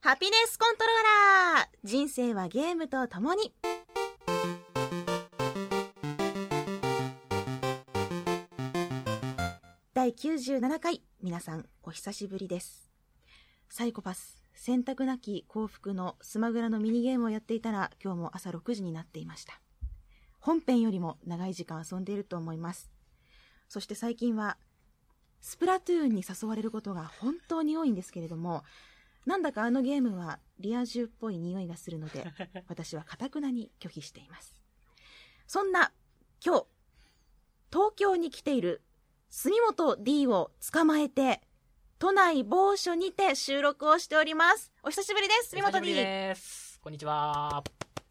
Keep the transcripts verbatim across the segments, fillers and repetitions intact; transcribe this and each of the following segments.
ハピネスコントローラー、人生はゲームとともに。だいきゅうじゅうななかい、皆さんお久しぶりです。サイコパス選択なき幸福のスマグラのミニゲームをやっていたら、今日も朝ろくじになっていました。本編よりも長い時間遊んでいると思います。そして最近はスプラトゥーンに誘われることが本当に多いんですけれども、なんだかあのゲームはリア充っぽい匂いがするので、私は堅くなに拒否しています。そんな今日、東京に来ている住本 D を捕まえて、都内某所にて収録をしております。お久しぶりです、住本 D。 お久しぶりです。こんにちは。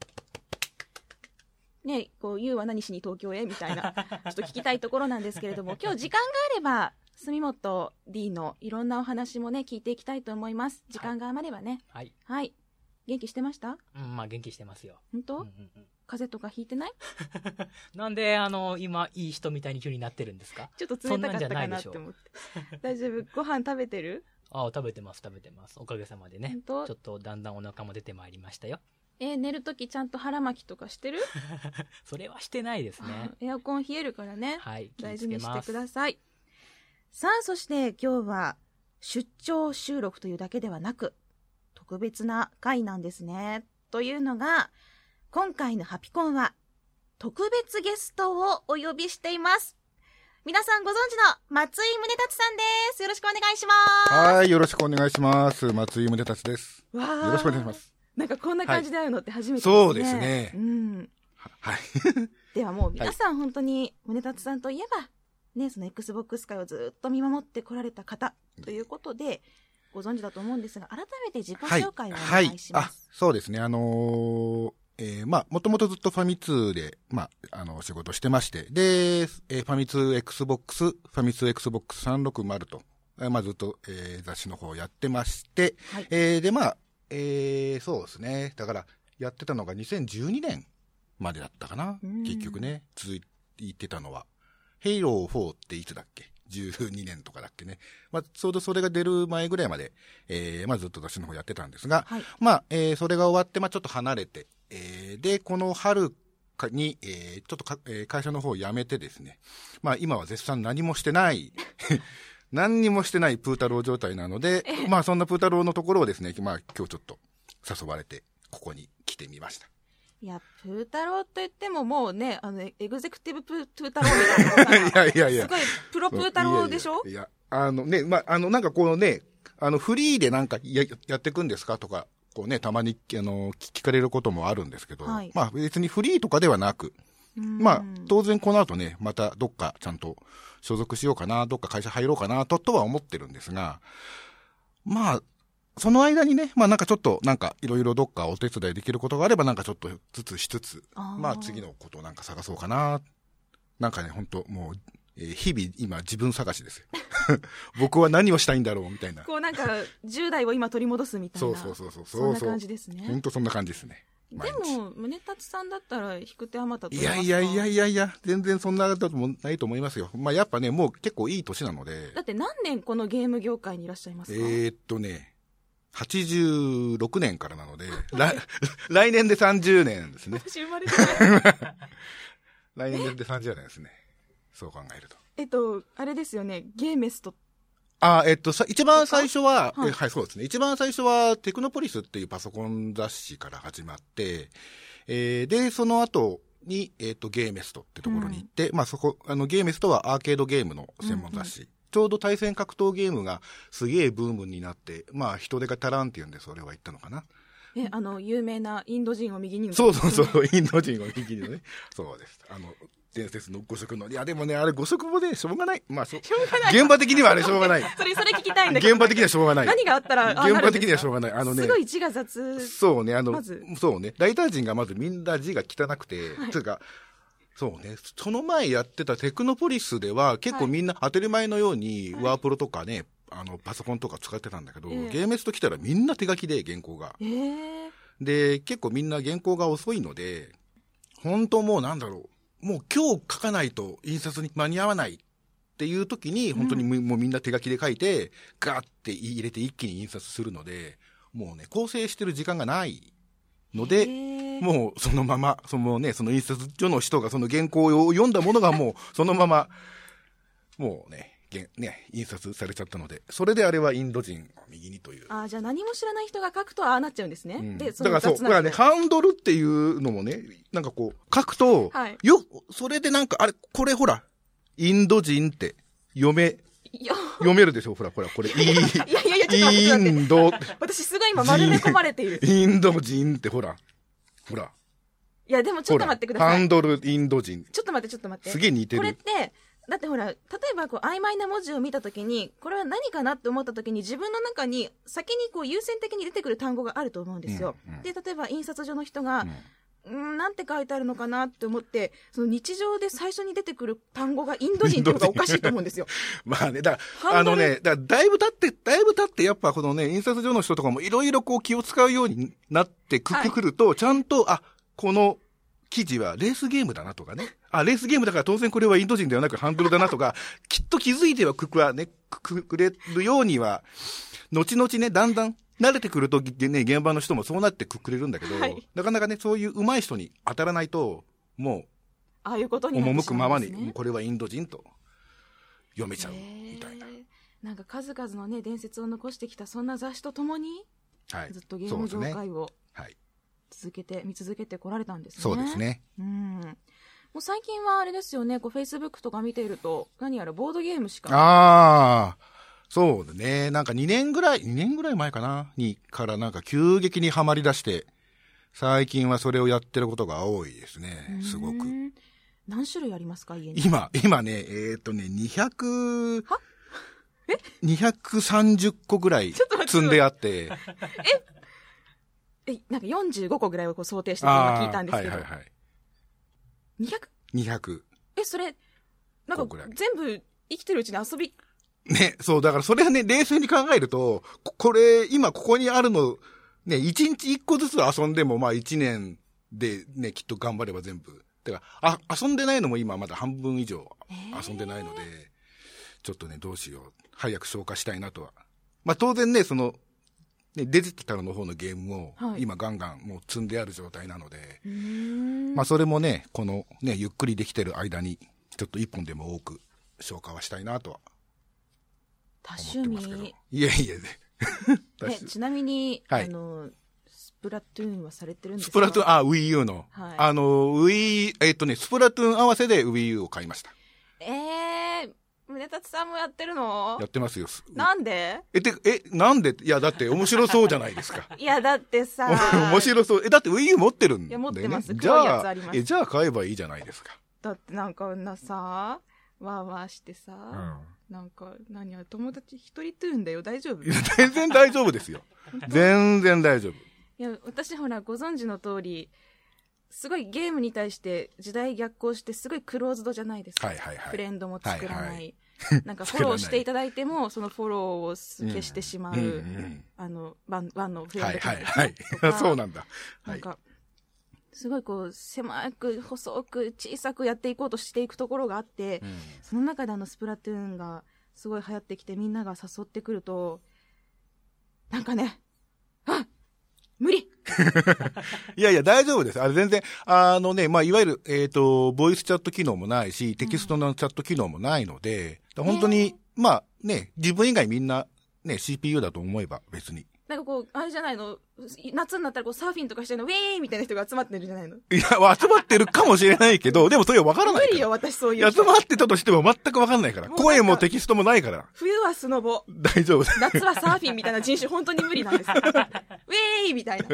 ね、こう、ゆうは何しに東京へみたいな、ちょっと聞きたいところなんですけれども、今日時間があれば、住本 D のいろんなお話もね、聞いていきたいと思います。時間が余ればね。 はい。 はい。元気してました？ うん、まあ元気してますよ。 本当？ うんうんうん、 風邪とかひいてない？ なんで、あの、今、いい人みたいに急になってるんですか？ ちょっと冷たかったかなって思って。大丈夫？ご飯食べてる？ ああ、食べてます、食べてます。おかげさまでね。ちょっとだんだんお腹も出てまいりましたよ。 えー、寝るときちゃんと腹巻きとかしてる？ それはしてないですね。 エアコン冷えるからね。 はい、 大事にしてください。さあ、そして今日は出張収録というだけではなく、特別な回なんですね。というのが、今回のハピコンは特別ゲストをお呼びしています。皆さんご存知の松井宗達さんです。よろしくお願いします。 はい、よろしくお願いします。松井宗達です。 わー、 よろしくお願いします。 なんかこんな感じで会うのって初めてですね。 そうですね。 うん。 はい。 ではもう皆さん本当に宗達さんといえば、ね、その Xbox 界をずっと見守ってこられた方ということでご存知だと思うんですが、改めて自己紹介をお願いします。はいはい、あ、 そうですね。あのー、えー、まあ、もともとずっとファミ通で、まあ、あの、仕事してまして、で、えー、ファミ通 Xbox、ファミ通 エックスボックスさんびゃくろくじゅうと、まあ、ずっと、えー、雑誌の方をやってまして、はい、えー、で、まあ、えー、そうですね。だから、やってたのがにせんじゅうにねんまでだったかな。結局ね、続いてたのは。ヘイローフォーっていつだっけ？じゅうにねんとかだっけね。まあ、ちょうどそれが出る前ぐらいまで、えー、まあずっと雑誌の方やってたんですが、はい、まあ、えー、それが終わって、まあちょっと離れて、えー、で、この春に、えー、ちょっとか、えー、会社の方を辞めてですね、まあ今は絶賛何もしてない、何にもしてないプー太郎状態なので、まあそんなプー太郎のところをですね、まあ今日ちょっと誘われて、ここに来てみました。 いや、プー太郎と言ってももうね、あの、エグゼクティブプー太郎みたいな。 いやいやいや。 すごい、プロプー太郎でしょ？ いやいや、いや、あのね、まあ、あの、なんかこのね、あの、フリーでなんかや、やっていくんですかとか、こうね、たまに、あの、聞かれることもあるんですけど、はい、まあ別にフリーとかではなく、まあ、当然この後ね、またどっかちゃんと所属しようかな、どっか会社入ろうかな、と、とは思ってるんですが、まあ、その間にね、まあなんかちょっと、なんかいろいろどっかお手伝いできることがあれば、なんかちょっとずつしつつ、あまあ次のことをなんか探そうかな。なんかね、本当もう、えー、日々今自分探しですよ。僕は何をしたいんだろうみたいな。 こうなんかじゅう代を今取り戻すみたいな。 そうそうそうそう。 そんな感じですね。 本当そんな感じですね。 でも、宗達さんだったら引く手あまたといやいやいやいやいや、全然そんなこともないと思いますよ。まあやっぱね、もう結構いい年なので。 だって何年このゲーム業界にいらっしゃいますか？ えーっとね、はちじゅうろくねんからなので、来, 来年でさんじゅうねんですね。 私生まれてない。 来年でさんじゅうねんですね。そう考えると。 えっと、あれですよね、ゲーメスト。 あ、えっと、さ、一番最初は、はい、はい、そうですね。一番最初は、テクノポリスっていうパソコン雑誌から始まって、えー、で、その後に、えっと、ゲーメストってところに行って、うん、まあそこ、あの、ゲーメストはアーケードゲームの専門雑誌。うんうん、ちょうど対戦格闘ゲームがすげえブームになって、まあ人手が足らんっていうんでそれは言ったのかな。 え、あの、有名なインド人を右に。 そうそうそう、インド人を右にね。そうです。あの、伝説の誤色の。いや、でもね、あれ誤色もね、しょうがない。まあ、しょうがない。現場的にはあれしょうがない。 それ、それ聞きたいんだけど。 現場的にはしょうがない。 何があったら、 現場的にはしょうがない。あのね。 すごい字が雑。 そうね、あの、 まずそうね。ライター陣がまずみんな字が汚くて、はい、というか、そうね。その前やってたテクノポリスでは結構みんな当たり前のようにワープロとかね、はい、あのパソコンとか使ってたんだけど、えー、ゲーメスと来たらみんな手書きで原稿が、 えー、 で結構みんな原稿が遅いので本当もうなんだろうもう今日書かないと印刷に間に合わないっていう時に本当にもうみんな手書きで書いてガーって入れて一気に印刷するのでもうね、構成してる時間がないので、もうそのまま、そのね、その印刷所の人がその原稿を読んだものがもうそのまま、もうね、ね、印刷されちゃったので、それであれはインド人を右にという。 ああ、じゃあ何も知らない人が書くとああなっちゃうんですね。うん、 で、そのだからそう、だからね、ハンドルっていうのもね、なんかこう、書くと、 はい、 よ、それでなんか、あれ、これほら、インド人って読め、読めるでしょ、ほら、ほら、これ、いいやいやいや、ちょっと待って、 インド。 私すごい今丸め込まれている。 インド人ってほら、ほら。 いや、でもちょっと待ってください。 ハンドル、インド人。 ちょっと待って、ちょっと待って。 すげえ似てる。 これって、だってほら、例えばこう曖昧な文字を見たときに、これは何かなって思ったときに、自分の中に先にこう優先的に出てくる単語があると思うんですよ。うんうん、で、例えば印刷所の人が、うん、んなんて書いてあるのかなって思って、その日常で最初に出てくる単語がインド人っていうのがおかしいと思うんですよ。 まあね、だからあのね、だだいぶ経って、だいぶ経ってやっぱこのね、印刷所の人とかもいろいろこう気を使うようになってくくると、はい、ちゃんと、あ、この、記事はレースゲームだなとかね。あ、レースゲームだから当然これはインド人ではなくハンドルだなとか、きっと気づいてはくくはね、くくれるようには、後々ね、だんだん慣れてくるとね、現場の人もそうなってくくれるんだけど、はい、なかなかね、そういう上手い人に当たらないと、もう、 ああいうことになってしまうんですね。 赴くままに、これはインド人と読めちゃうみたいな。 なんか数々のね、伝説を残してきたそんな雑誌とともに、はい、ずっとゲーム業界を、はい。続けて見続けてこられたんですね。 そうですね。 うん。もう最近はあれですよね。こうフェイスブックとか見ていると何やらボードゲームしか。 ああ、そうだね。なんかにねんぐらいにねんぐらい前かなにからなんか急激にはまり出して、最近はそれをやってることが多いですね。すごく。 何種類ありますか家に？ 今今ねえー、っとねにひゃくはえにひゃくさんじゅっこぐらい積んであって。 え。え、なんかよんじゅうごこぐらいをこう想定して今聞いたんですけど。はいはいはい。にひゃく? にひゃく。 え、それ、なんか全部生きてるうちに遊び。 ね、そう、だからそれはね、冷静に考えると、これ、今ここにあるの、ね、いちにちいっこずつ遊んでも、まあいちねんでね、きっと頑張れば全部。だから、あ、遊んでないのも今まだ半分以上遊んでないので、ちょっとね、どうしよう。早く消化したいなとは。まあ当然ね、その、ね、デジタルの方のゲームを今ガンガンもう積んである状態なので、はい、まあそれもね、このね、ゆっくりできてる間にちょっと一本でも多く消化はしたいなとは多趣味。 いえいええちなみに、はい、あのスプラトゥーンはされてるんですか？ スプラトゥーン、あ、Wii U の、はい、あの Wii えっとねスプラトゥーン合わせで Wii U を買いました。 えー宗達さんもやってるの？ やってますよ。 なんで？ え、て、え、なんで？いや、だって面白そうじゃないですか。 いや、だってさ。 面白そう。え、だって Wii U 持ってるんで、ね。 いや、持ってます。 じゃあ、え、じゃあ買えばいいじゃないですか。 だってなんかなさ、わーわーしてさ、うん、なんか、何や、友達一人トゥーンだよ。大丈夫？ いや、全然大丈夫ですよ。全然大丈夫。 いや、私ほら、ご存知の通り、すごいゲームに対して時代逆行してすごいクローズドじゃないですか。はいはいはい、フレンドも作らない。はいはい、なんかフォローしていただいてもそのフォローを消してしまう、うんうんうん、あのワンワンのフレンドとか、はいはいはい、 そうなんだ。 なんかすごいこう狭く細く小さくやっていこうとしていくところがあって、うん、その中であのスプラトゥーンがすごい流行ってきてみんなが誘ってくるとなんかね、あ無理いやいや、大丈夫です。あれ全然、あのね、まあ、いわゆる、えっと、ボイスチャット機能もないし、テキストのチャット機能もないので、うん、本当に、まあね、自分以外みんな、ね、シーピーユー だと思えば別に。 なんかこう、あれじゃないの、夏になったらこうサーフィンとかしてるの、ウェーイみたいな人が集まってるじゃないの。いや、集まってるかもしれないけど、でもそれは分からないから。 無理よ、私そういう。 集まってたとしても全く分かんないから。声もテキストもないから。 冬はスノボ。 大丈夫です。 夏はサーフィンみたいな人種、本当に無理なんです。ウェーイみたいな。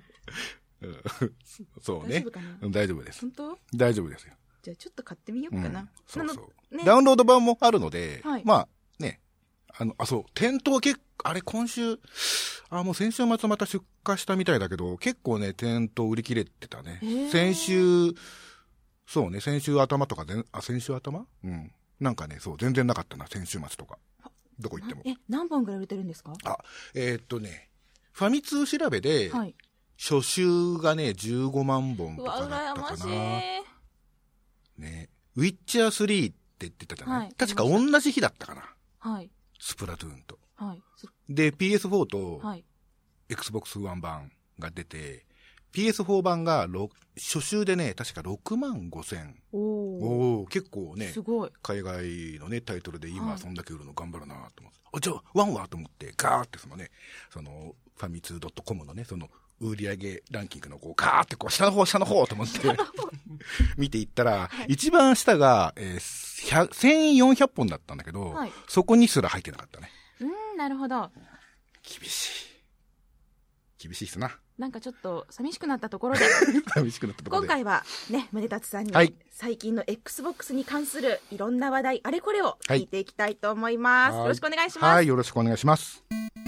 そうね。大丈夫かな？大丈夫です。 本当？ 大丈夫ですよ。 じゃあちょっと買ってみようかな。うん、 そうそう、ね。ダウンロード版もあるので、はい、まあね、あの、あ、そう、店頭結構、あれ今週、あ、もう先週末また出荷したみたいだけど、結構ね、店頭売り切れてたね。先週、そうね、先週頭とかで、あ、先週頭？うん。なんかね、そう、全然なかったな、先週末とか。どこ行っても。 え、何本ぐらい売れてるんですか？ あ、えー、っとね、ファミ通調べで、はい、初週がね、じゅうごまんぼんとかだったかな。うわ、羨ましい。ね、ウィッチャースリーって言ってたじゃない、はい、確か同じ日だったかな。はい。スプラトゥーンと。はい。で、ピーエスフォー と、はい。 Xbox One 版が出て、ピーエスフォー 版が初週でね、確かろくまんごせん。おお、結構ね、 すごい。 海外のね、タイトルで今そんだけ売るの頑張るなと思って。はい、あ、じゃあ、ワンはと思って、ガーってそのね、その、ファミツー .com のね、その、売り上げランキングのこう、ガーってこう、下の方、下の方と思って、見ていったら、はい、一番下が、えー、せんよんひゃっぽんだったんだけど、はい、そこにすら入ってなかったね。 うん、なるほど。 厳しい。厳しいっすな。 なんかちょっと寂しくなったところで寂しくなったところで今回はね、宗達さんに最近の Xbox に関するいろんな話題、あれこれを聞いていきたいと思います、はい、よろしくお願いします。 はい、よろしくお願いします。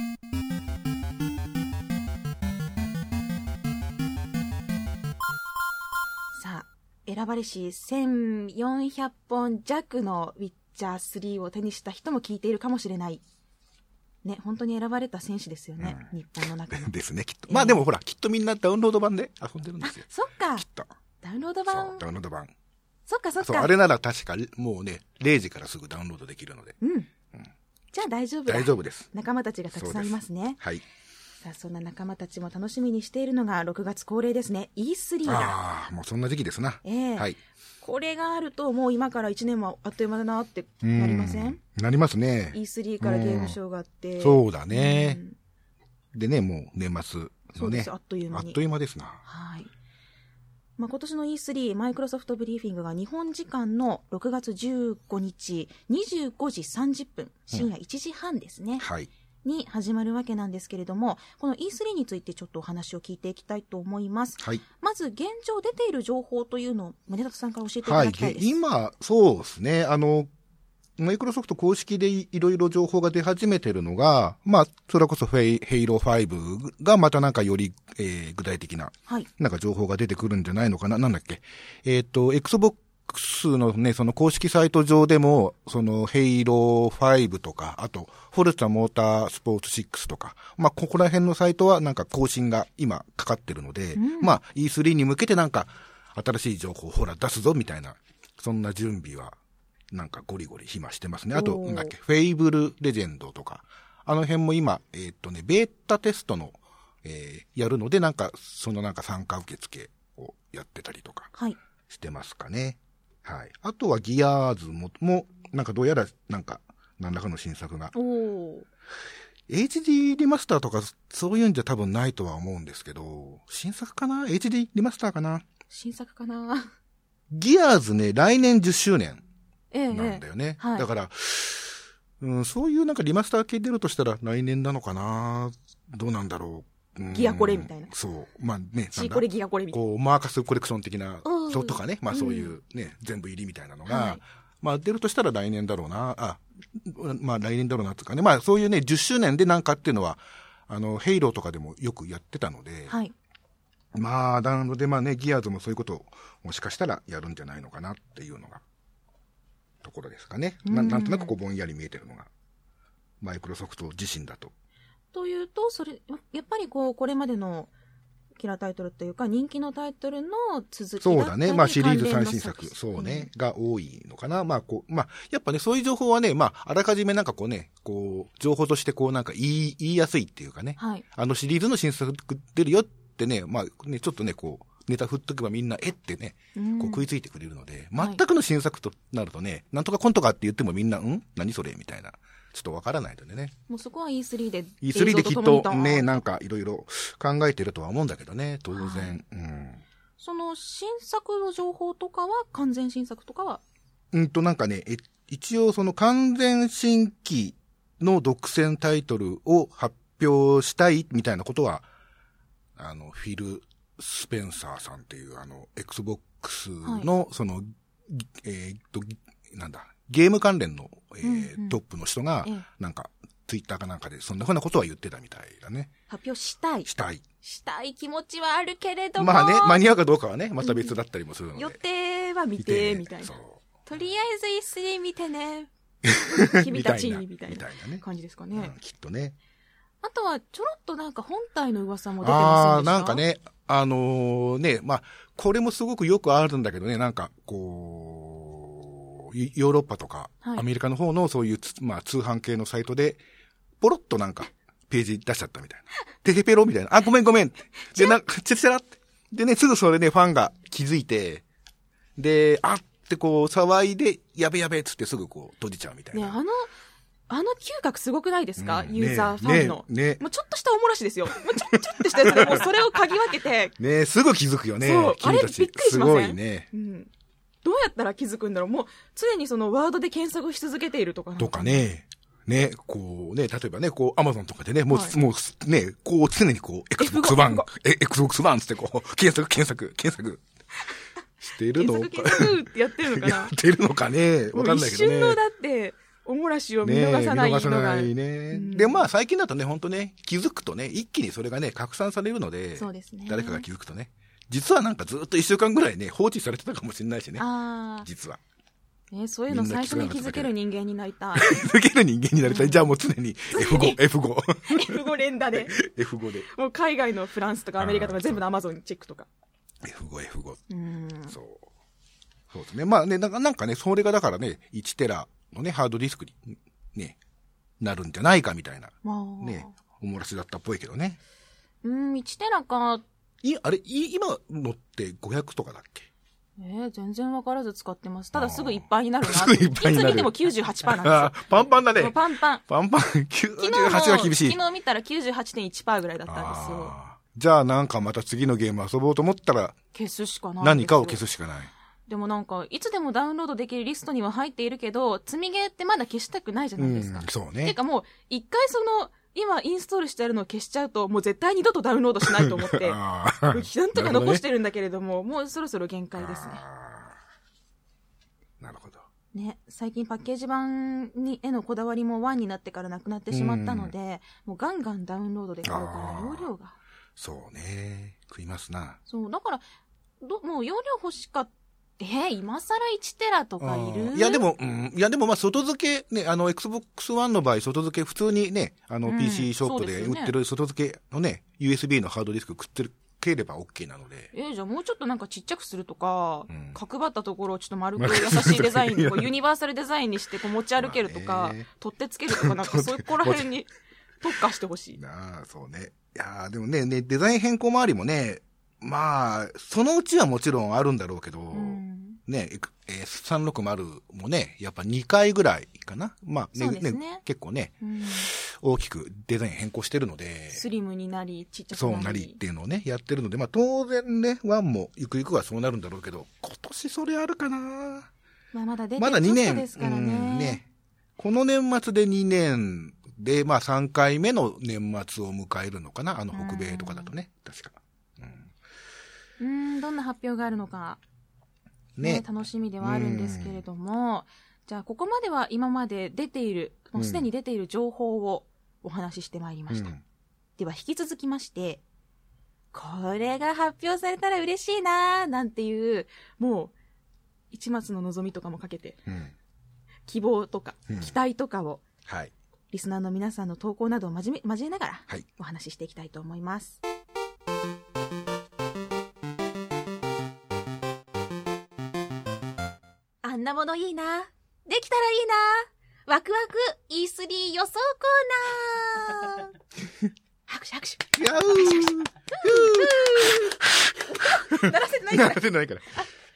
さあ、選ばれしせんよんひゃっぽん弱のウィッチャースリーを手にした人も聞いているかもしれないね、本当に選ばれた選手ですよね、うん、日本の中の。 ですね、きっと。えー、まあでもほら、きっとみんなダウンロード版で遊んでるんですよ。 そっか。 きっと。 ダウンロード版。 そう、ダウンロード版。 そっかそっか。 そう、あれなら確か、もうね、れいじからすぐダウンロードできるので。 うん。うん、じゃあ大丈夫だ。 大丈夫です。 仲間たちがたくさんいますね。 はい。 さあ、そんな仲間たちも楽しみにしているのがろくがつ恒例ですね。イースリー だ。 ああ、もうそんな時期ですな。 ええー。 はい。 これがあるともう今からいちねんもあっという間だなってなりません？ なりますね。 イースリー からゲームショーがあって、 そうだね、うん、でね、もう年末のね、 そうです、あっという間にあっという間ですな。 はい。まあ、今年の イースリー マイクロソフトブリーフィングが日本時間のろくがつじゅうごにちにじゅうごじさんじゅっぷん、深夜いちじはんですね、うん、はい、に始まるわけなんですけれども、この イースリー についてちょっとお話を聞いていきたいと思います。はい、まず現状出ている情報というのを宗達さんから教えていただきたいです。 はい、今そうですね、あのマイクロソフト公式でいろいろ情報が出始めてるのが、まあ、それこそフェイ、ヘイローファイブがまたなんかより、えー、具体的な、はい、なんか情報が出てくるんじゃないのかな、なんだっけ。えっと、Xbox のね、その公式サイト上でも、そのヘイローファイブとか、あと、フォルツァモータースポーツシックスとか、まあ、ここら辺のサイトはなんか更新が今かかってるので、うん、まあ、イースリー に向けてなんか新しい情報をほら出すぞみたいな、そんな準備は、なんかゴリゴリ暇してますね。あと、なんだっけ、フェイブルレジェンドとか、あの辺も今、えー、っとね、ベータテストの、えー、やるので、なんか、そのなんか参加受付をやってたりとか、してますかね。はい。はい。あとはギアーズも、も、なんかどうやら、なんか、何らかの新作が。お エイチディー リマスターとか、そういうんじゃ多分ないとは思うんですけど、新作かな ?エイチディー リマスターかな新作かなギアーズね、来年じゅっしゅうねん。なんだよね。ええはい、だから、うん、そういうなんかリマスター系出るとしたら来年なのかな、どうなんだろう。うん、 ギアコレみたいな。 そう。まあね。 シーコレギアコレみたいな。 こう、マーカスコレクション的な、とかね。まあそういうね、うん、全部入りみたいなのが、はい、まあ出るとしたら来年だろうな。あ、まあ来年だろうなとかね。まあそういうね、じゅっしゅうねんでなんかっていうのは、あの、ヘイローとかでもよくやってたので、はい。まあ、なのでまあね、ギアーズもそういうことをもしかしたらやるんじゃないのかなっていうのが、ところですかね。な, なんとなくこうぼんやり見えてるのがマイクロソフト自身だと。 というと、それやっぱりこうこれまでのキラータイトルというか人気のタイトルの続きだったり、 そうだね。まあシリーズ最新作、そうね、うん、が多いのかな。まあこうまあやっぱねそういう情報はね、まああらかじめなんかこうね、こう情報としてこうなんか言い言いやすいっていうかね。はい、あのシリーズの新作出るよってね、まあねちょっとねこう。ネタ振っとけばみんなえってね、こう食いついてくれるので、うん、全くの新作となるとね、はい、なんとかコントかって言ってもみんな、ん何それみたいな、ちょっとわからないのでね。 もうそこは イースリー で。 イースリー できっとね、なんかいろいろ考えてるとは思うんだけどね、当然。はい、うん、 その新作の情報とかは、完全新作とかはうんとなんかね、え一応その完全新規の独占タイトルを発表したいみたいなことは、あの、フィル、スペンサーさんっていうあの Xbox のその、はい、えー、っとなんだゲーム関連の、えーうんうん、トップの人がなんかツイッターかなんかでそんなふうなことは言ってたみたいだね。 発表したいしたいしたい気持ちはあるけれども、 まあね間に合うかどうかはねまた別だったりもするので、 うん、予定は見てみたいな。とりあえず イースリー 見てね君たちみたいな感じですかね、うん、 きっとね。 あとはちょろっとなんか本体の噂も出てませんでした？ああなんかねあのー、ね、まあ、これもすごくよくあるんだけどね、なんか、こう、ヨーロッパとか、アメリカの方のそういう、まあ、通販系のサイトで、ポロッとなんか、 ページ出しちゃったみたいな。テヘペロみたいな。あ、ごめんごめんって。で、なんか、チェチェラって。でね、すぐそれでファンが気づいて、で、あってこう騒いで、やべやべっつってすぐこう閉じちゃうみたいな。 ね、あの、あの嗅覚すごくないですか、 うん、 ユーザーファンの。 ねねもうちょっとしたおもらしですよ。もうちょ、ちょっとしたやつでもうそれを嗅ぎ分けて。 ねすぐ気づくよね。 そう、あれびっくりしません？ すごいね。 うん。どうやったら気づくんだろう。もう常にそのワードで検索し続けているとかなんか。 とかね。ね、こうね、例えばね、こう、アマゾンとかでね、もう、はい、もうね、こう、常にこう、Xbox One、え、Xbox One つってこう、検索、検索、検索、してるのか。 検索、検索ってやってるのかなやってるのかね。わかんないけどね。 一瞬のだって、おもらしを見逃さないのが。ね、見逃さないね、 うん。で、まあ、最近だとね、ほんとね、気づくとね、一気にそれがね、拡散されるので、 そうですね。 誰かが気づくとね。実はなんかずっと一週間ぐらいね、放置されてたかもしれないしね。 ああ。 実は。 ね、そういうの最初に気づける人間になりたい。 気づける人間になりたい。うん、じゃあもう常に エフご、エフご。 エフご 連打で。 エフご で。 もう海外のフランスとかアメリカとか全部のアマゾンチェックとか。 エフご、エフご。 うん。 そう。そうですね。まあね、なんかね、それがだからね、いちテラのね、ハードディスクにね、なるんじゃないかみたいな。ね、おもらしだったっぽいけどね。 うん、いちテラか。 い、あれ、い、今のってごひゃくとかだっけ？ えー、全然分からず使ってます。ただすぐいっぱいになるな。 すぐいっぱいになる。 いつ見ても きゅうじゅうはちパーセント なんですよ。 パンパンだね。 パンパン。 パンパン。きゅうじゅうはちは厳しい。 昨日見たら きゅうじゅうはちてんいちパーセント ぐらいだったんですよ。 じゃあなんかまた次のゲーム遊ぼうと思ったら、 消すしかない。 何かを消すしかない。 でもなんか、いつでもダウンロードできるリストには入っているけど、積みゲーってまだ消したくないじゃないですか。 うん、そうね。 てかもう、一回その、今インストールしてあるのを消しちゃうと、もう絶対二度とダウンロードしないと思って、なんとか残してるんだけれども、もうそろそろ限界ですね。 なるほど。 ね、最近パッケージ版にへのこだわりもワンになってからなくなってしまったので、もうガンガンダウンロードで買うから容量が。 そうね。食いますな。 そう、だから、どもう容量欲しかった。えー、今更いちテラとかいる？ いやでも、うん、いやでもまあ外付け、ね、あの Xbox One の場合、外付け普通にね、あの ピーシー ショップで売ってる外付けのね、ユーエスビー のハードディスク食ってるければ OK なので。 えー、じゃあもうちょっとなんかちっちゃくするとか、うん、角張ったところをちょっと丸く優しいデザインに、こうユニバーサルデザインにしてこう持ち歩けるとか、取ってつけるとかなんかそういうこら辺に特化してほしい。 なあ、そうね。いやでもね、ね、デザイン変更周りもね、まあ、そのうちはもちろんあるんだろうけど、うんね、えー、さんびゃくろくじゅうもね、やっぱにかいぐらいかな。まあね、ねね結構ね、うん、大きくデザイン変更してるので。 スリムになり、ちっちゃくなり。そうなりっていうのをね、やってるので、まあ当然ね、ワンもゆくゆくはそうなるんだろうけど、今年それあるかな。 まあまだ出てるちょっとですからね。うんね。この年末でにねんで、まあさんかいめの年末を迎えるのかな。あの北米とかだとね、確か。 うん、うん、どんな発表があるのか。ね、楽しみではあるんですけれども、じゃあここまでは今まで出ている、もうすでに出ている情報をお話ししてまいりました。うん、では引き続きまして、これが発表されたら嬉しいなーなんていう、もう一末の望みとかもかけて、うん、希望とか、うん、期待とかを、はい、リスナーの皆さんの投稿などを交え、交えながら、はい、お話ししていきたいと思います。あんなものいいな。できたらいいな。ワクワク イースリー 予想コーナー。拍手拍手。やー。鳴らせてないから。鳴らせてないから。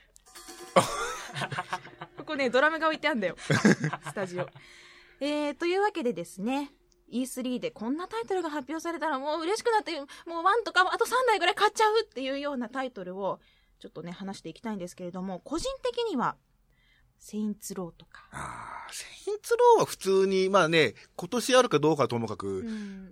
ここね、ドラムが置いてあるんだよ。スタジオ。えー、というわけでですね、イースリー でこんなタイトルが発表されたらもう嬉しくなって、もうワンとかあとさんだいぐらい買っちゃうっていうようなタイトルをちょっとね、話していきたいんですけれども、個人的には、セインツローとか。 ああ、セインツローは普通に、まあね、今年あるかどうかともかく、うん、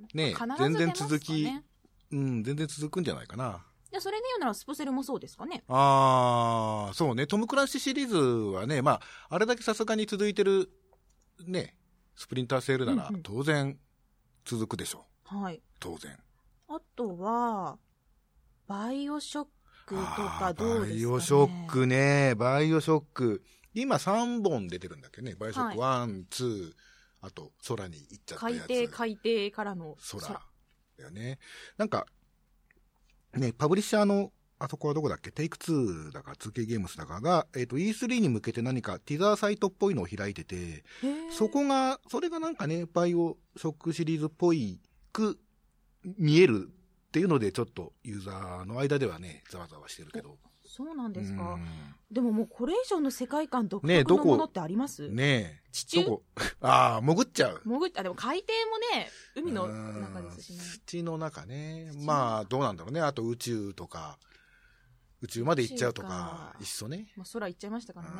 ね、全然続き、うん、全然続くんじゃないかな。 いや、それで言うならスプセルもそうですかね。 ああ、そうね、トム・クランシーシリーズはね、まあ、あれだけさすがに続いてる、ね、スプリンターセールなら、当然続くでしょう。うんうん、はい。当然。 あとは、バイオショックとかどうですかね。 バイオショックね、バイオショック。今さんぼん出てるんだっけね。バイオショックワン、ツー、あと空に行っちゃったやつ。 海底、海底からの空。空だよね。なんか、ね、パブリッシャーの、あそこはどこだっけテイクツーだか、ツーケー ゲームスだかが、えっと、イースリー に向けて何かティザーサイトっぽいのを開いてて、そこが、それがなんかね、バイオショックシリーズっぽいく見えるっていうので、ちょっとユーザーの間ではね、ざわざわしてるけど。 そうなんですか。 うん、 でももうこれ以上の世界観独特のものってあります？ ねえ。 地中？ どこああ、潜っちゃう。 潜っあ、でも海底もね、海の中ですしね。 土の中ね。まあ、どうなんだろうね。あと宇宙とか、宇宙まで行っちゃうとか、一緒ね。 もう空行っちゃいましたからね。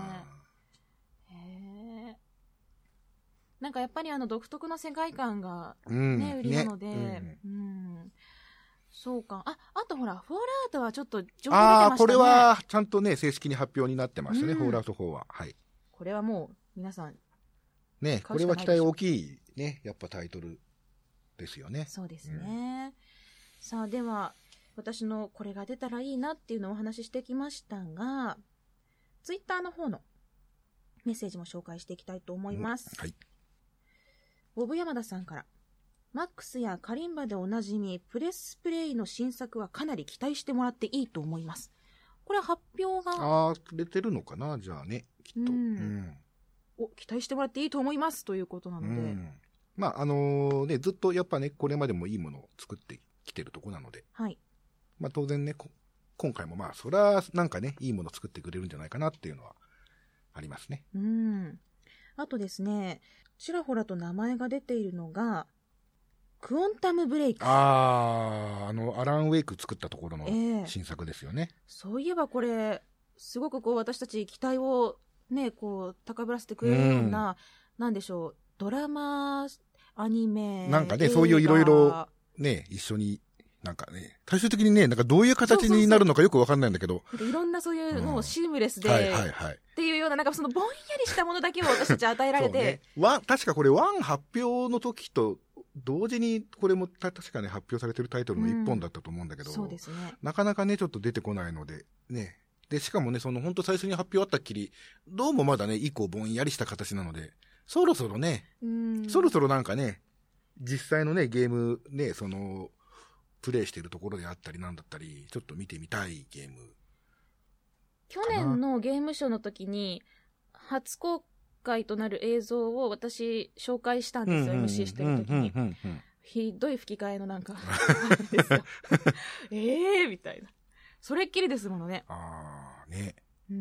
へえ。なんかやっぱりあの独特の世界観がね、うん、売りなので、ね、うん、うん。そうか。あ、あとほら、フォールアウトはちょっと情報出てましたね。ああ、 これはちゃんとね、正式に発表になってましたね、うん、フォールアウトフォーは。はい。 これはもう、皆さん。 ね、これは期待大きいね、やっぱタイトルですよね。 そうですね。うん、さあ、では、私のこれが出たらいいなっていうのをお話ししてきましたが、ツイッターの方のメッセージも紹介していきたいと思います。うん、はい。ボブ山田さんから。マックスやカリンバでおなじみプレスプレイの新作はかなり期待してもらっていいと思います。これは発表がああ出てるのかな、じゃあね、きっと、うんうん、 お期待してもらっていいと思いますということなので、うん、 まああのー、ねずっとやっぱねこれまでもいいものを作ってきてるとこなので、はい、まあ当然ね今回もまあそれはなんかねいいものを作ってくれるんじゃないかなっていうのはありますね。 うん。あとですね、ちらほらと名前が出ているのがクオンタムブレイク。 ああ、あのアラン・ウェイク作ったところの新作ですよね。えー、 そういえばこれすごくこう私たち期待をねこう高ぶらせてくれるような、うん、なんでしょうドラマアニメなんかねそういういろいろね一緒になんかね最終的にねなんかどういう形になるのかよくわかんないんだけど、 いろんなそういうのをシームレスで、うんはいはいはい、っていうようななんかそのぼんやりしたものだけを私たち与えられて、ね、 ワン確かこれワン発表の時と同時にこれも確かね発表されてるタイトルの一本だったと思うんだけど、うん、そうですね、なかなかねちょっと出てこないのでね、でしかもねその本当最初に発表あったっきりどうもまだね以降ぼんやりした形なのでそろそろね、うん、そろそろなんかね実際のねゲームねそのプレイしているところであったりなんだったりちょっと見てみたいゲーム。 去年のゲームショーの時に初公開となる映像を私紹介したんですよ、エムシー してる時に。ひどい吹き替えのなんかですよえーみたいな、それっきりですものね。 ああね。 うん、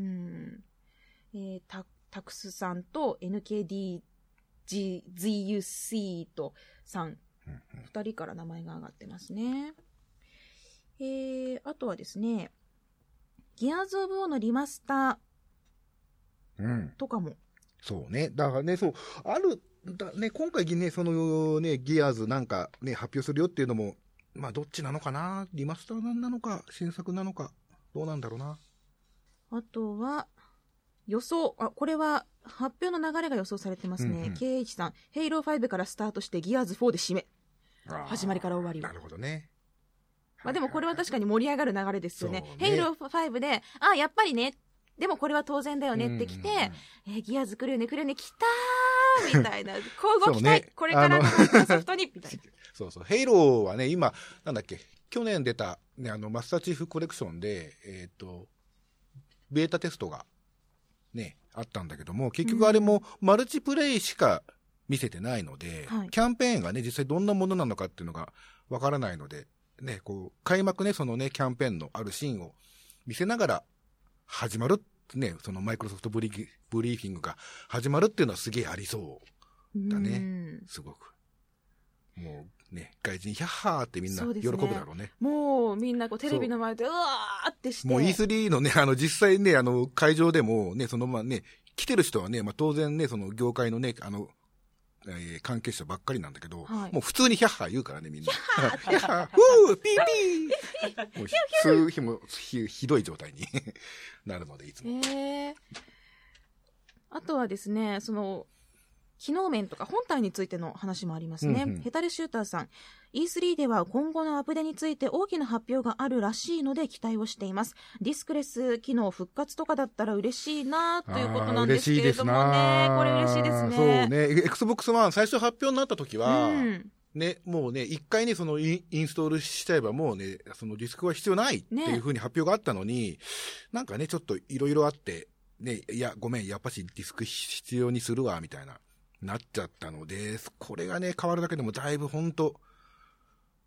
えー、タタクスさんと エヌケーディージーユーシー とさん、ふたりから名前が上がってますね。えー、あとはですね、ギアーズ・オブ・オーのリマスターとかも、うん、 そうね、だからね、そうあるだね、今回ねそのねギアーズなんかね発表するよっていうのもまあどっちなのかな、リマスターなのか新作なのかどうなんだろうな。 あとは予想、あこれは発表の流れが予想されてますね。うんうん、ケーエイチ さん、ヘイローファイブからスタートしてギアーズフォーで締め、始まりから終わりを。 なるほどね。 まあでもこれは確かに盛り上がる流れですよね。ね、ヘイローファイブであやっぱりね、でもこれは当然だよねってきて、うんうんうん、えー、ギアーズ来るよね来るよね来たーみたいな交互期待、ね、これからのソフトにみたいなそうそう、ヘイローはね今なんだっけ去年出た、ね、あのマスターチーフコレクションでえっ、ー、とベータテストがねあったんだけども結局あれもマルチプレイしか見せてないので、うん、キャンペーンがね実際どんなものなのかっていうのがわからないのでね、こう開幕ねそのねキャンペーンのあるシーンを見せながら始まるね、そのマイクロソフトブリーブリーフィングが始まるっていうのはすげえありそうだね。すごくもうね外人ヒャッハーってみんな喜ぶだろうね。 もうみんなこうテレビの前でうわーってして、 もう イースリー のねあの実際ねあの会場でもねそのまあね来てる人はね、まあ、当然ねその業界のねあのえー、関係者ばっかりなんだけど、はい、もう普通にヒャッハー言うからねみんな。ヒャッハー、フー、ピーピー。もう数日もひひどい状態になるのでいつも。 えー、あとはですね、その機能面とか本体についての話もありますね。うんうん、ヘタレシューターさん、イースリー では今後のアップデについて大きな発表があるらしいので期待をしています。ディスクレス機能復活とかだったら嬉しいなということなんですけれどもね。これ嬉しいですね。 そうね。Xbox One 最初発表になった時は、うんね、もうね、一回ね、そのインストールしちゃえばもうね、そのディスクは必要ないっていう風に発表があったのに、ね、なんかね、ちょっといろいろあって、ね、いや、ごめん、やっぱしディスク必要にするわ、みたいな、なっちゃったので、これがね、変わるだけでもだいぶほんと、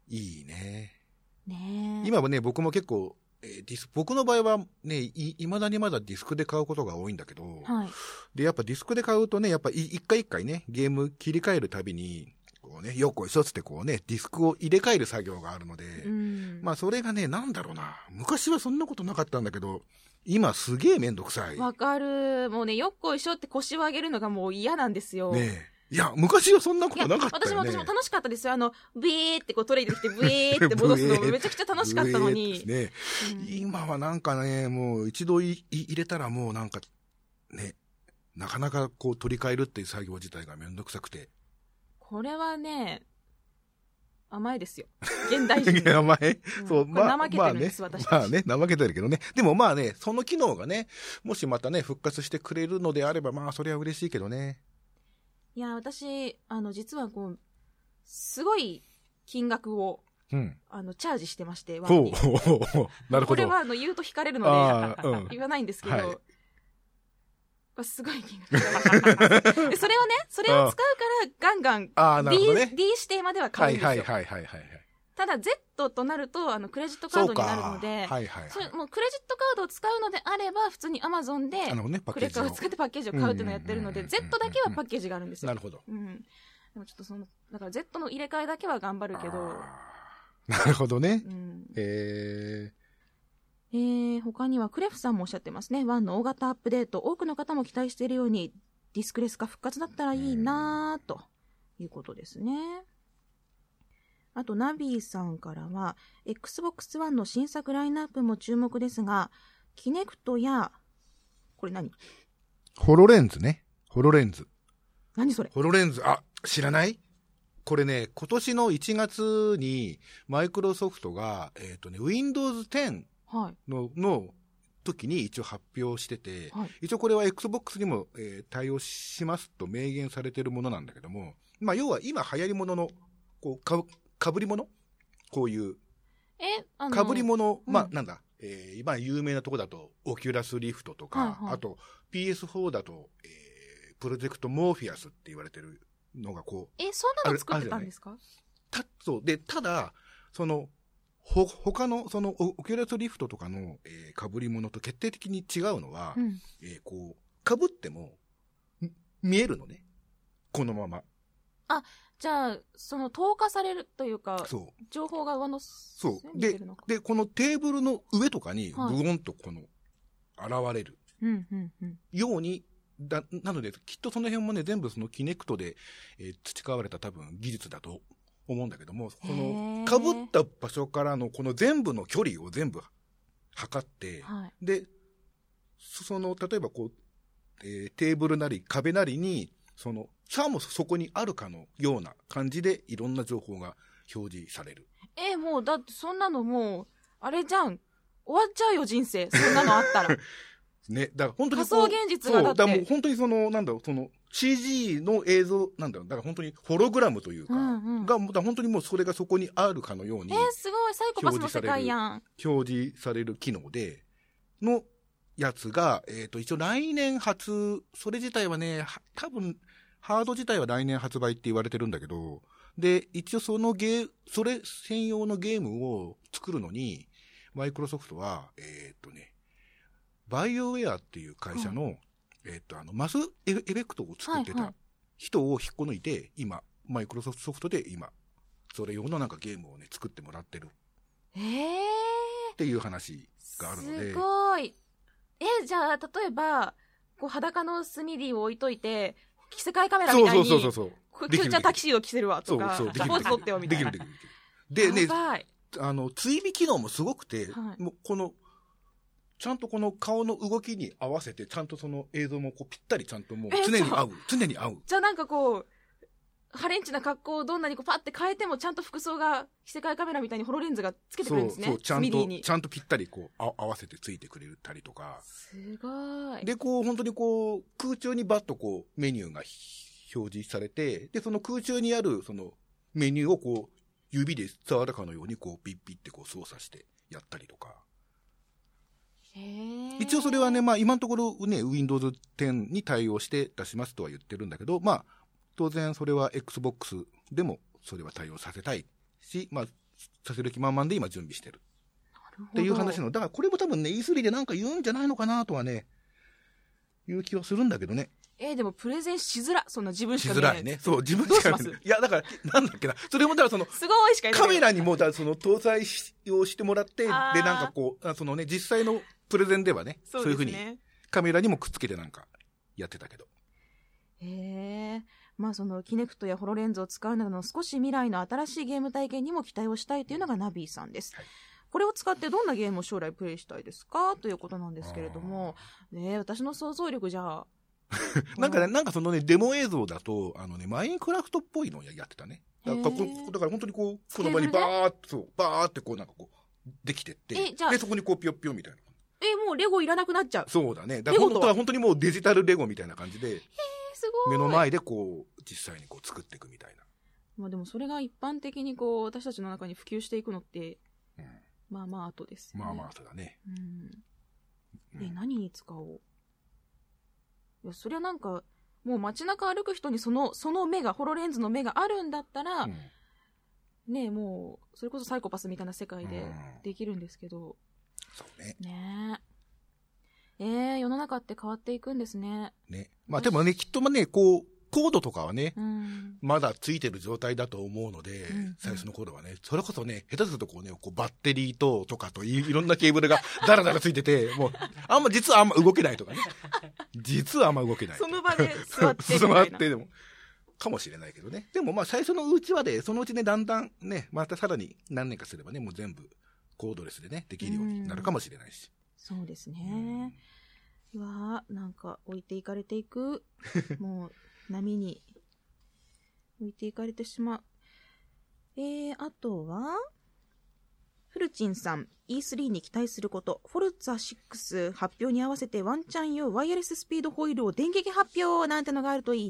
いいね。 ねえ。 今はね、僕も結構、えー、ディス僕の場合はね、い、いまだにまだディスクで買うことが多いんだけど、 はい。 で、やっぱディスクで買うとね、やっぱい一回一回ね、ゲーム切り替えるたびに、こうね、よっこいしょつってこうね、ディスクを入れ替える作業があるので、 うん、 まあそれがね、なんだろうな、昔はそんなことなかったんだけど、今すげえめんどくさい。 わかる。もうね、よっこいしょって腰を上げるのがもう嫌なんですよ。 ねえ。いや、昔はそんなことなかったよね。 私も私も楽しかったですよ。あの、ビーってこうトレイできて、ブエーって戻すのめちゃくちゃ楽しかったのに。 ね、うん、今はなんかね、もう一度い入れたらもうなんか、ね、なかなかこう取り替えるっていう作業自体がめんどくさくて。 これはね、甘いですよ。現代人。 甘い、うん、そう、まあ、 怠けてるんです、 まあね、 私たち。 まあね、怠けてるけどね。でもまあね、その機能がね、もしまたね、復活してくれるのであれば、まあ、それは嬉しいけどね。 いや、私、あの、実はこう、すごい金額を、うん、あの、チャージしてまして、ワンに。 ほうほうほう、なるほど。 これは、あの、言うと引かれるので、うん、言わないんですけど、はい、すごい金額でそれをね、それを使うからガンガン D, ね、D 指定までは買うんですよ。はいはいはいはいはい。ただ Z となるとあのクレジットカードになるので、はいはいはい、それもうクレジットカードを使うのであれば普通に Amazon でクレカを使ってパッケージを買うっていうのをやってるので、Z だけはパッケージがあるんですよ。 なるほど。 うん。でもちょっとそのだから Z の入れ替えだけは頑張るけど。 なるほどね。 うん、 えー。 えー、他にはクレフさんもおっしゃってますね。ワンの大型アップデート、多くの方も期待しているようにディスクレス化復活だったらいいなということですね。あとナビーさんからは エックスボックスワン の新作ラインナップも注目ですが、キネクトやこれ何？ ホロレンズね。ホロレンズ。 何それ？ ホロレンズ、あ、知らない？これね、今年のいちがつにマイクロソフトがえっとね ウィンドウズテンの、はい、の時に一応発表してて、はい、一応これは Xbox にも、えー、対応しますと明言されているものなんだけども、まあ要は今流行り物のこうかかぶり物、こういうえあのかぶり物、まあなんだ、えー、今有名なとこだとオキュラスリフトとか、はいはい、あと ピーエスフォー だと、えー、プロジェクトモーフィアスって言われてるのがこう、 えそんなの作ってたんですか？ たそうでただそのほ他のそのオキュラスリフトとかの、えー、被り物と決定的に違うのは、うん、えー、こう被っても見えるのね、このまま。 あ、じゃあその透過されるというか、そう情報が上のそうででこのテーブルの上とかにブゴンとこの現れるように、だなのできっとその辺もね全部そのキネクトで、えー、培われた多分技術だと思うんだけども、この被った場所からのこの全部の距離を全部測って、はい、でその例えばこう、えー、テーブルなり壁なりにそのさもそこにあるかのような感じでいろんな情報が表示される。 えー、もうだってそんなのもうあれじゃん、終わっちゃうよ人生、そんなのあったらね、だから本当に仮想現実がだって、 そうだからもう本当にそのなんだろうそのシージー の映像なんだろう、だから本当にホログラムというか、うんうん、がだ本当にもうそれがそこにあるかのように、 えー、すごいサイコパスの世界やん。 表示される機能でのやつが、えー、と一応来年発、それ自体はね多分ハード自体は来年発売って言われてるんだけど、で一応そのゲーそれ専用のゲームを作るのにマイクロソフトはえっ、ー、とねバイオウェアっていう会社の、うん、えっと、あの、マスエフェクトを作ってた人を引っこ抜いて、はいはい、今、マイクロソフトで今、それ用のなんかゲームをね、作ってもらってる。 えー。 っていう話があるので。 すごい。え、じゃあ、例えば、こう、裸のスミディを置いといて、着せ替えカメラみたいに、そうそうそうそう。フューチャータキシード着せるわとか、ポーズ撮ってよみたいな。できるできるできる。でね、 あの、追尾機能もすごくて、はい、もうこの、ちゃんとこの顔の動きに合わせて、ちゃんとその映像もこうぴったりちゃんともう常に合う。常に合う。 じゃあなんかこう、ハレンチな格好をどんなにこうパッて変えてもちゃんと服装が着せ替えカメラみたいにホロレンズがつけてくれるんですね。 そうそう、ちゃんと、ちゃんとぴったりこうあ合わせてついてくれたりとか。 すごい。 で、こう本当にこう空中にバッとこうメニューが表示されて、で、その空中にあるそのメニューをこう指で触るかのようにこうピッピッてこう操作してやったりとか。一応それはね、まあ今のところね、ウィンドウズテンに対応して出しますとは言ってるんだけど、まあ当然それは Xbox でもそれは対応させたいし、まあさせる気満々で今準備してる。っていう話の、だからこれも多分ね、イースリー でなんか言うんじゃないのかなとはね、いう気はするんだけどね。 えー、でもプレゼンしづら、そんな自分しか見えない。しづらいね。そう、自分しか見えない。いや、だから、なんだっけな。それもだからその、 すごいしかカメラにもだその搭載をしてもらって、で、なんかこう、そのね、実際のプレゼンではね、そう,、ね、そういうふうに、カメラにもくっつけてなんか、やってたけど。 へえ。まあその、キネクトやホロレンズを使うなどの少し未来の新しいゲーム体験にも期待をしたいというのがナビーさんです。はい、これを使ってどんなゲームを将来プレイしたいですかということなんですけれども、ね、私の想像力じゃなんかね、なんかそのね、デモ映像だと、あのね、マインクラフトっぽいのをやってたね。だからこ、だから本当にこう、この場にバーっと、そう、バーってこうなんかこう、できてって、え、じゃあで、そこにこうピヨピヨみたいな。 え、もうレゴいらなくなっちゃう。 そうだね。だから本当は本当にもうデジタルレゴみたいな感じで、 へー、すごい。 目の前でこう、実際にこう作っていくみたいな。 まあでもそれが一般的にこう、私たちの中に普及していくのって、うん、まあまあ後ですよね。 まあまあ後だね。 うん。え、何に使おう。いや、そりゃなんか、もう街中歩く人にその、その目が、ホロレンズの目があるんだったら、うん、ねえ、もう、それこそサイコパスみたいな世界でできるんですけど。うん、 そうね。 ねえ。えー、世の中って変わっていくんですね。 ね。まあでもね、きっとね、こう、コードとかはね、 うん、 まだついてる状態だと思うので、うんうん、最初のコードはね、それこそね、下手するとこうね、こうバッテリーと、とかとい、いろんなケーブルがダラダラついてて、もう、あんま、実はあんま動けないとかね。実はあんま動けない。 その場で座ってみたいな。 座ってでも、かもしれないけどね。でもまあ最初のうちはで、そのうちね、だんだんね、またさらに何年かすればね、もう全部コードレスでね、できるようになるかもしれないし。 うん、そうですね。うわぁ、なんか置いていかれていく、もう波に。置いていかれてしまう。えー、あとは、フルチンさん、イースリー に期待すること、フォルツァシックス発表に合わせてワンチャン用ワイヤレススピードホイールを電撃発表なんてのがあるといい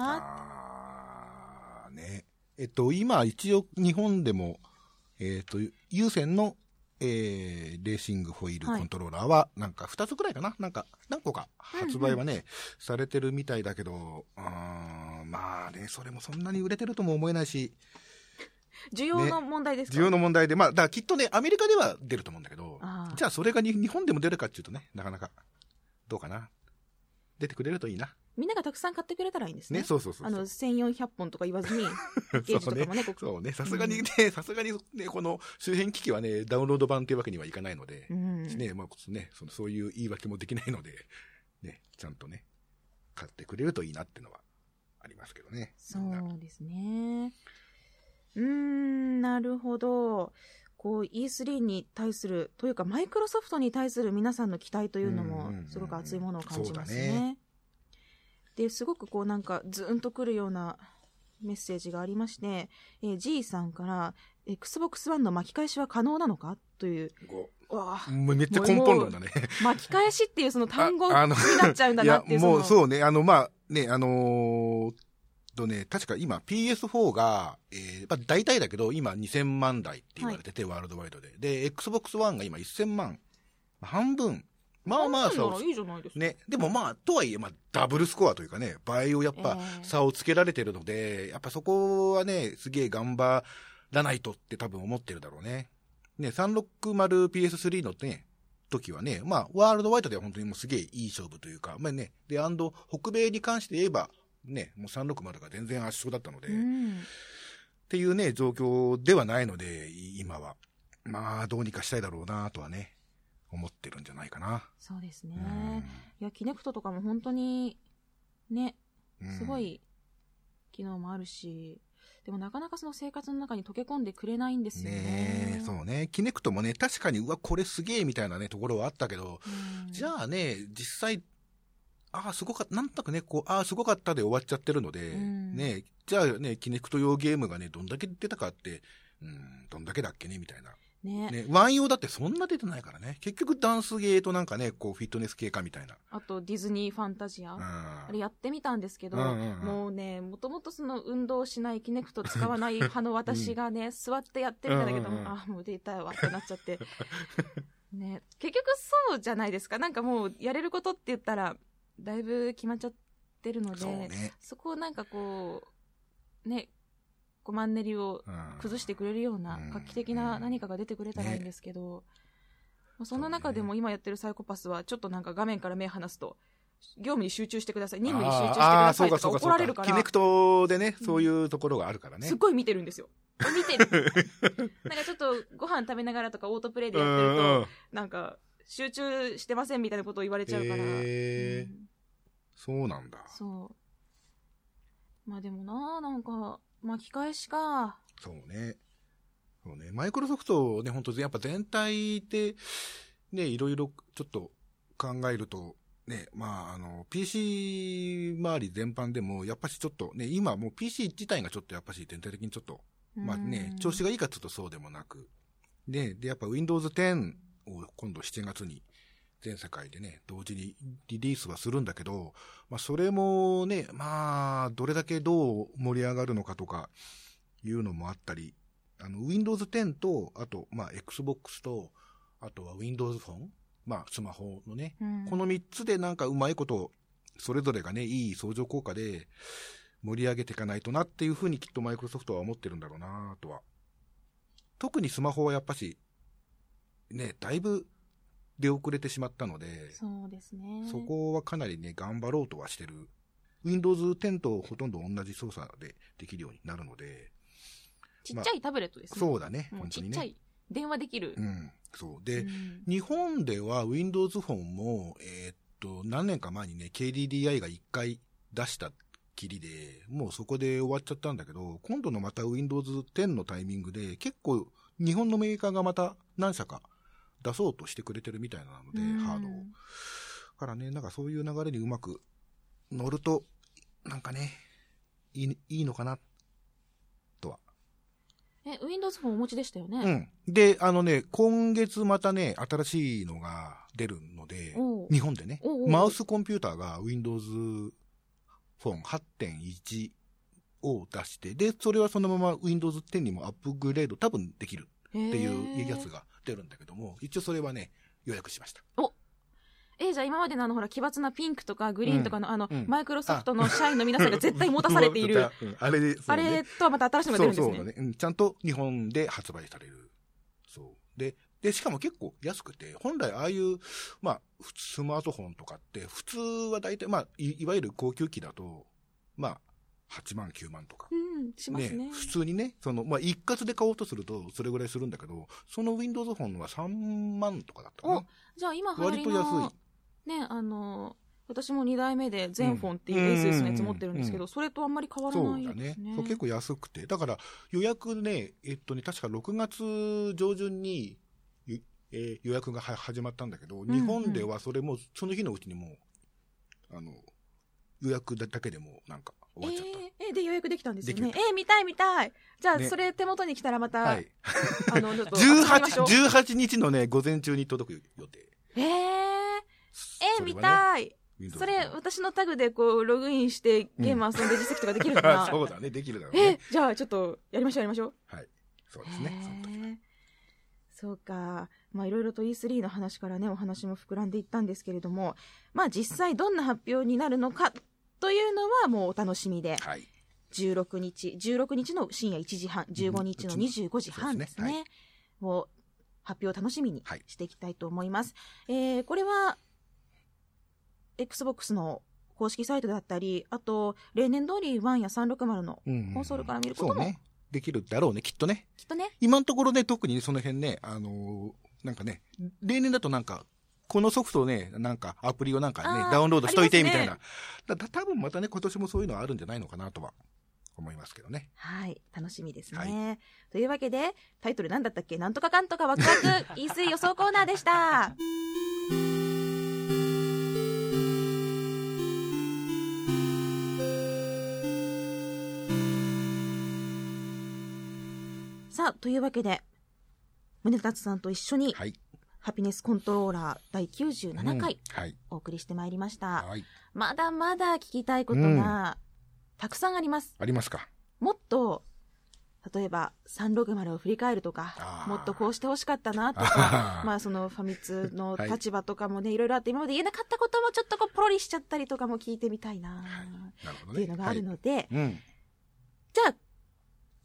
なあー、ね。えっと、今、一応、日本でも、えっと、有線の、えー、レーシングホイールコントローラーは、なんかふたつくらいかな、なんか、何個か発売はね、うんうん、されてるみたいだけど、うーん、まあね、それもそんなに売れてるとも思えないし、 需要の問題ですか、 ね、需要の問題で、まあ、だからきっとね、アメリカでは出ると思うんだけど、じゃあそれがに日本でも出るかっていうとね、なかなか、どうかな。出てくれるといいな。 みんながたくさん買ってくれたらいいんですね。 ね、そうそうそうそう。 あの、せんよんひゃっぽんとか言わずに、ゲージとかもね、 そうね、さすがにね、さすがにね、この周辺機器はね、ダウンロード版というわけにはいかないので、うん、ね、まあね、その、そういう言い訳もできないので、ね、ちゃんとね、買ってくれるといいなっていうのはありますけどね。 そうですね。うーん、なるほど。こう イースリー に対するというかマイクロソフトに対する皆さんの期待というのもすごく熱いものを感じますね。ねですごくこうなんかズーンとくるようなメッセージがありまして、えー、G さんから エックスボックスワン の巻き返しは可能なのかという。 わめっちゃ根本論だね。 巻き返しっていうその単語になっちゃうんだなっていう。 いやもうそうね、あのまあねあのーとね、確か今 ピーエスフォー が、えー、まあ大体だけど今にせんまんだいって言われてて、はい、ワールドワイドで。で、エックスボックスワン が今せんまん。半分。まあまあ差を。 いいじゃないですか。 ね。でもまあ、とはいえ、まあ、ダブルスコアというかね、倍をやっぱ差をつけられてるので、えー、やっぱそこはね、すげえ頑張らないとって多分思ってるだろうね。ね、さんびゃくろくじゅうピーエススリー のね、時はね、まあ、ワールドワイドでは本当にもうすげえいい勝負というか、まあね、で、アンド、北米に関して言えば、ね、もうさんびゃくろくじゅうが全然圧勝だったので、うん、っていうね、状況ではないので、今は。まあ、どうにかしたいだろうなとはね、思ってるんじゃないかな。 そうですね。うん、いや、キネクトとかも本当に、ね、すごい機能もあるし、でもなかなかその生活の中に溶け込んでくれないんですよね。 ねえ、そうね。キネクトもね、確かに、うわ、これすげえみたいなね、ところはあったけど、うん、じゃあね、実際、ああ、すごかった、なんとなくね、こう、ああ、すごかったで終わっちゃってるので、うん、ね、じゃあね、キネクト用ゲームがね、どんだけ出たかって、うん、どんだけだっけね、みたいな。 ね。 ね、ワン用だってそんな出てないからね。結局ダンスゲーとなんかね、こう、フィットネス系かみたいな。 あと、ディズニーファンタジア。うん、あれやってみたんですけど、うんうんうん、もうね、もともとその運動しないキネクト使わない派の私がね、うん、座ってやってみたんだけど、うんうんうん、ああ、もう腕痛いわってなっちゃって。ね、結局そうじゃないですか。なんかもう、やれることって言ったら、だいぶ決まっちゃってるので、 そ,、ね、そこをなんかこうねこうマンネリを崩してくれるような画期的な何かが出てくれたらいいんですけど、まあ、その中でも今やってるサイコパスはちょっとなんか画面から目離すと業務に集中してください、任務に集中してくださいとか怒られるから、 キネクトでね、そういうところがあるからね、 すっごい見てるんですよ。見てるなんかちょっとご飯食べながらとかオートプレイでやってるとなんか集中してませんみたいなことを言われちゃうから、 へー、うん、そうなんだ。 そうまあでもな、なんか巻き返しか。 そうね、そうね、マイクロソフトね、本当やっぱ全体でね、いろいろちょっと考えるとね、まああの ピーシー 周り全般でもやっぱしちょっとね、今もう ピーシー 自体がちょっとやっぱし全体的にちょっとまあね、調子がいいかというとそうでもなく、で、でやっぱ ウィンドウズテン を今度しちがつに全世界でね、同時にリリースはするんだけど、まあそれもね、まあどれだけどう盛り上がるのかとかいうのもあったり、あの ウィンドウズテン と、あとまあ Xbox と、あとは Windows フォン、まあスマホのね、うん、このみっつでなんかうまいことそれぞれがね、いい相乗効果で盛り上げていかないとなっていうふうにきっとマイクロソフトは思ってるんだろうなとは。特にスマホはやっぱしね、だいぶ出遅れてしまったので、 そうですね、 そこはかなりね頑張ろうとはしてる。 ウィンドウズテン とほとんど同じ操作でできるようになるので、 ちっちゃいタブレットですね、 まあ、そうだね、本当にね、 ちっちゃい電話できる、 うん、そうで、 うん、 日本では Windows フォンもえー、っと何年か前にね ケーディーディーアイ がいっかい出したきりで、もうそこで終わっちゃったんだけど、今度のまた ウィンドウズテン のタイミングで結構日本のメーカーがまた何社か出そうとしてくれてるみたいなので、ハードをからね、なんかそういう流れにうまく乗るとなんかね、いい、いいのかなとは。 え、Windows フォンお持ちでしたよね。 うん。で、あのね、今月またね、新しいのが出るので、日本でね、 おうおう、 マウスコンピューターが Windowsフォン はちてんいち を出して、で、それはそのまま Windows テンにもアップグレード多分できるっていうやつが出るんだけども、一応それはね、予約しました。 おえー、じゃあ今までのあのほら奇抜なピンクとかグリーンとかの、うん、あの、うん、マイクロソフトの社員の皆さんが絶対持たされている、 うん、あれで、ね、 あれとはまた新しいのが出るんですね。 そうそうだね、うん、ちゃんと日本で発売される。そうで、でしかも結構安くて、本来ああいうまあスマートフォンとかって普通は大体まあ い, いわゆる高級機だとまあはちまんきゅうまんとか、 うん、しますね。 ね、普通にね、そのまあ一括で買おうとするとそれぐらいするんだけど、その Windows フォンはさんまんとかだったかな。 お、じゃあ今流行りの割と安い。 ね、あの私もにだいめで全フォンっていう エスエス のやつ持ってるんですけど、うんうん、それとあんまり変わらないですね。 そうだね。そう結構安くて、だから予約ね、えっとね確かろくがつ上旬に、えー、予約がは始まったんだけど、うんうん、日本ではそれもその日のうちにもうあの予約だけでもなんか終わっちゃった。 えー、で予約できたんですよね。えー、見たい見たい。じゃあ、ね、それ手元に来たらまた、はい、あのちょっとじゅうはち、じゅうはちにちのね午前中に届く予定。 えー、えー、見たい。それ私のタグでこうログインしてゲーム遊んで実績とかできるのかな、 うん、そうだね、できるだろうね。 えじゃあちょっとやりましょうやりましょう。 はい、そうですね。 そうか、まあいろいろと イースリー の話からねお話も膨らんでいったんですけれども、まあ実際どんな発表になるのかというのはもうお楽しみで、 はい、 じゅうろくにちじゅうろくにちの深夜いちじはん、じゅうごにちのにじゅうごじはんですね、はい、を発表を楽しみにしていきたいと思います、はい。えー、これはXbox の公式サイトだったり、あと例年通りワンやさんびゃくろくじゅうのコンソールから見ることも、うんうん、そうね、 できるだろうね、きっとね。 きっとね。 今のところね、特にその辺ね、あのー、なんかね、例年だとなんかこのソフトをね、なんかアプリをなんかねダウンロードしといてみたいな、ね、だた多分またね今年もそういうのはあるんじゃないのかなとは思いますけどね。 はい、楽しみですね、はい、というわけでタイトルなんだったっけ、なんとかかんとかワクワクイースリー予想コーナーでした。さあというわけで宗達さんと一緒に、はい、ハピネスコントローラーだいきゅうじゅうななかい、うんはい、お送りしてまいりました、はい、まだまだ聞きたいことがたくさんあります、 うん、ありますか。 もっと例えばさんびゃくろくじゅうを振り返るとか、もっとこうしてほしかったなとか、まあそのファミ通の立場とかもね、はい、いろいろあって今まで言えなかったこともちょっとこうポロリしちゃったりとかも聞いてみたいなっていうのがあるので、はい、うん、じゃあ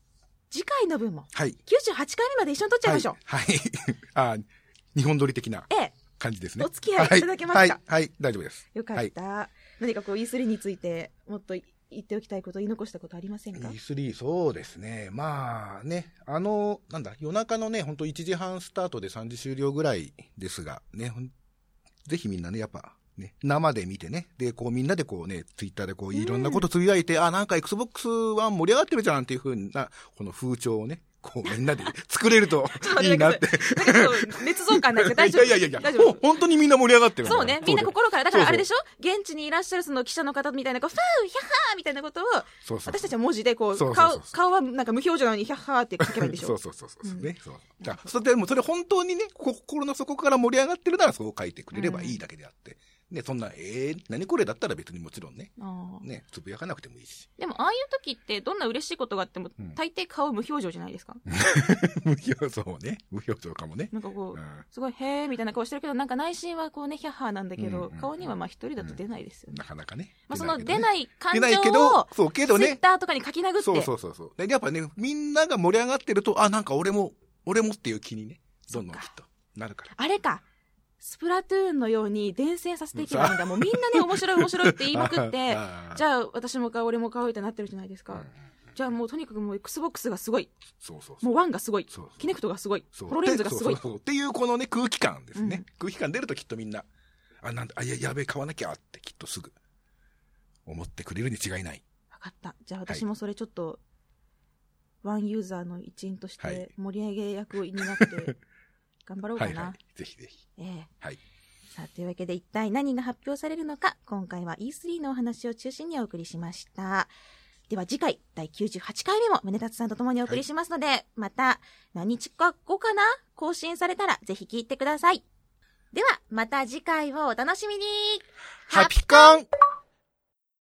次回の分も、 はい。 きゅうじゅうはちかいめまで一緒に撮っちゃいましょう。 はい。はい、あ日本撮り的な感じですね。 ええ、お付き合いいただけますか？ はい、はい、はい、大丈夫です。 よかった。はい、何かこう イースリー についてもっと言っておきたいこと、言い残したことありませんか？ イースリー、そうですね。まあね、あの、なんだ、夜中のね、ほんといちじはんスタートでさんじ終了ぐらいですが、ね、ぜひみんなね、やっぱ、ね、生で見てね、で、こうみんなでこうね、ツイッターでこういろんなことつぶやいて、うん、あ、なんか Xbox ワン盛り上がってるじゃんっていう風な、この風潮をね、こうみんなで作れるといいなって。 なんかちょっと捏造感ないですか？大丈夫？ いやいやいやいや、本当にみんな盛り上がってる。 そうね、みんな心から、だからあれでしょ？現地にいらっしゃるその記者の方みたいな、こう、ファーヒャッハーみたいなことを、そうそう私たちは文字でこう、そうそうそう顔、顔はなんか無表情なのにヒャッハーって書けばいいんでしょ？そうそうそうそう。うん、ね、そう。だから、それでもそれ本当にね、心の底から盛り上がってるならそう書いてくれればいいだけであって。うんね、そんな、えー、何これだったら別にもちろんね、ね、つぶやかなくてもいいし。 でも、ああいう時って、どんな嬉しいことがあっても、うん、大抵顔無表情じゃないですか？ 無表情ね。無表情かもね。 なんかこう、うん、すごい、へーみたいな顔してるけど、なんか内心はこうね、ヒャッハーなんだけど、うんうん、顔にはまあ一人だと出ないですよね。 なかなかね。 まあその出ない感情を、 出ないけど、そうけどね。 ツイッターとかに書き殴って。 そうそうそうそう。で、やっぱね、みんなが盛り上がってると、あ、なんか俺も、俺もっていう気にね、どんどんきっとなるから。 あれか。スプラトゥーンのように伝染させていけばいいんだ。もうみんなね、面白い面白いって言いまくって、じゃあ私も買う、俺も買うってなってるじゃないですか。うん、じゃあもうとにかくもう Xbox がすごい。そうそうそうもうワンがすごい。そうそうキネクトがすごい。ホロレンズがすごい。そうそうそうっていうこのね、空気感ですね。うん、空気感出るときっとみんな、あ、なんだ、あ、や、やべえ、買わなきゃってきっとすぐ思ってくれるに違いない。 わかった。じゃあ私もそれちょっと、ワンユーザーの一員として盛り上げ役になって、はい頑張ろうかな。はいはい、 ぜひぜひ。 ええはい。 さあ、というわけで一体何が発表されるのか、今回は イースリー のお話を中心にお送りしました。では次回、だいきゅうじゅうはちかいめも宗達さんと共にお送りしますので、はい、また何日か後かな更新されたらぜひ聞いてください。では、また次回をお楽しみに。 ハピコン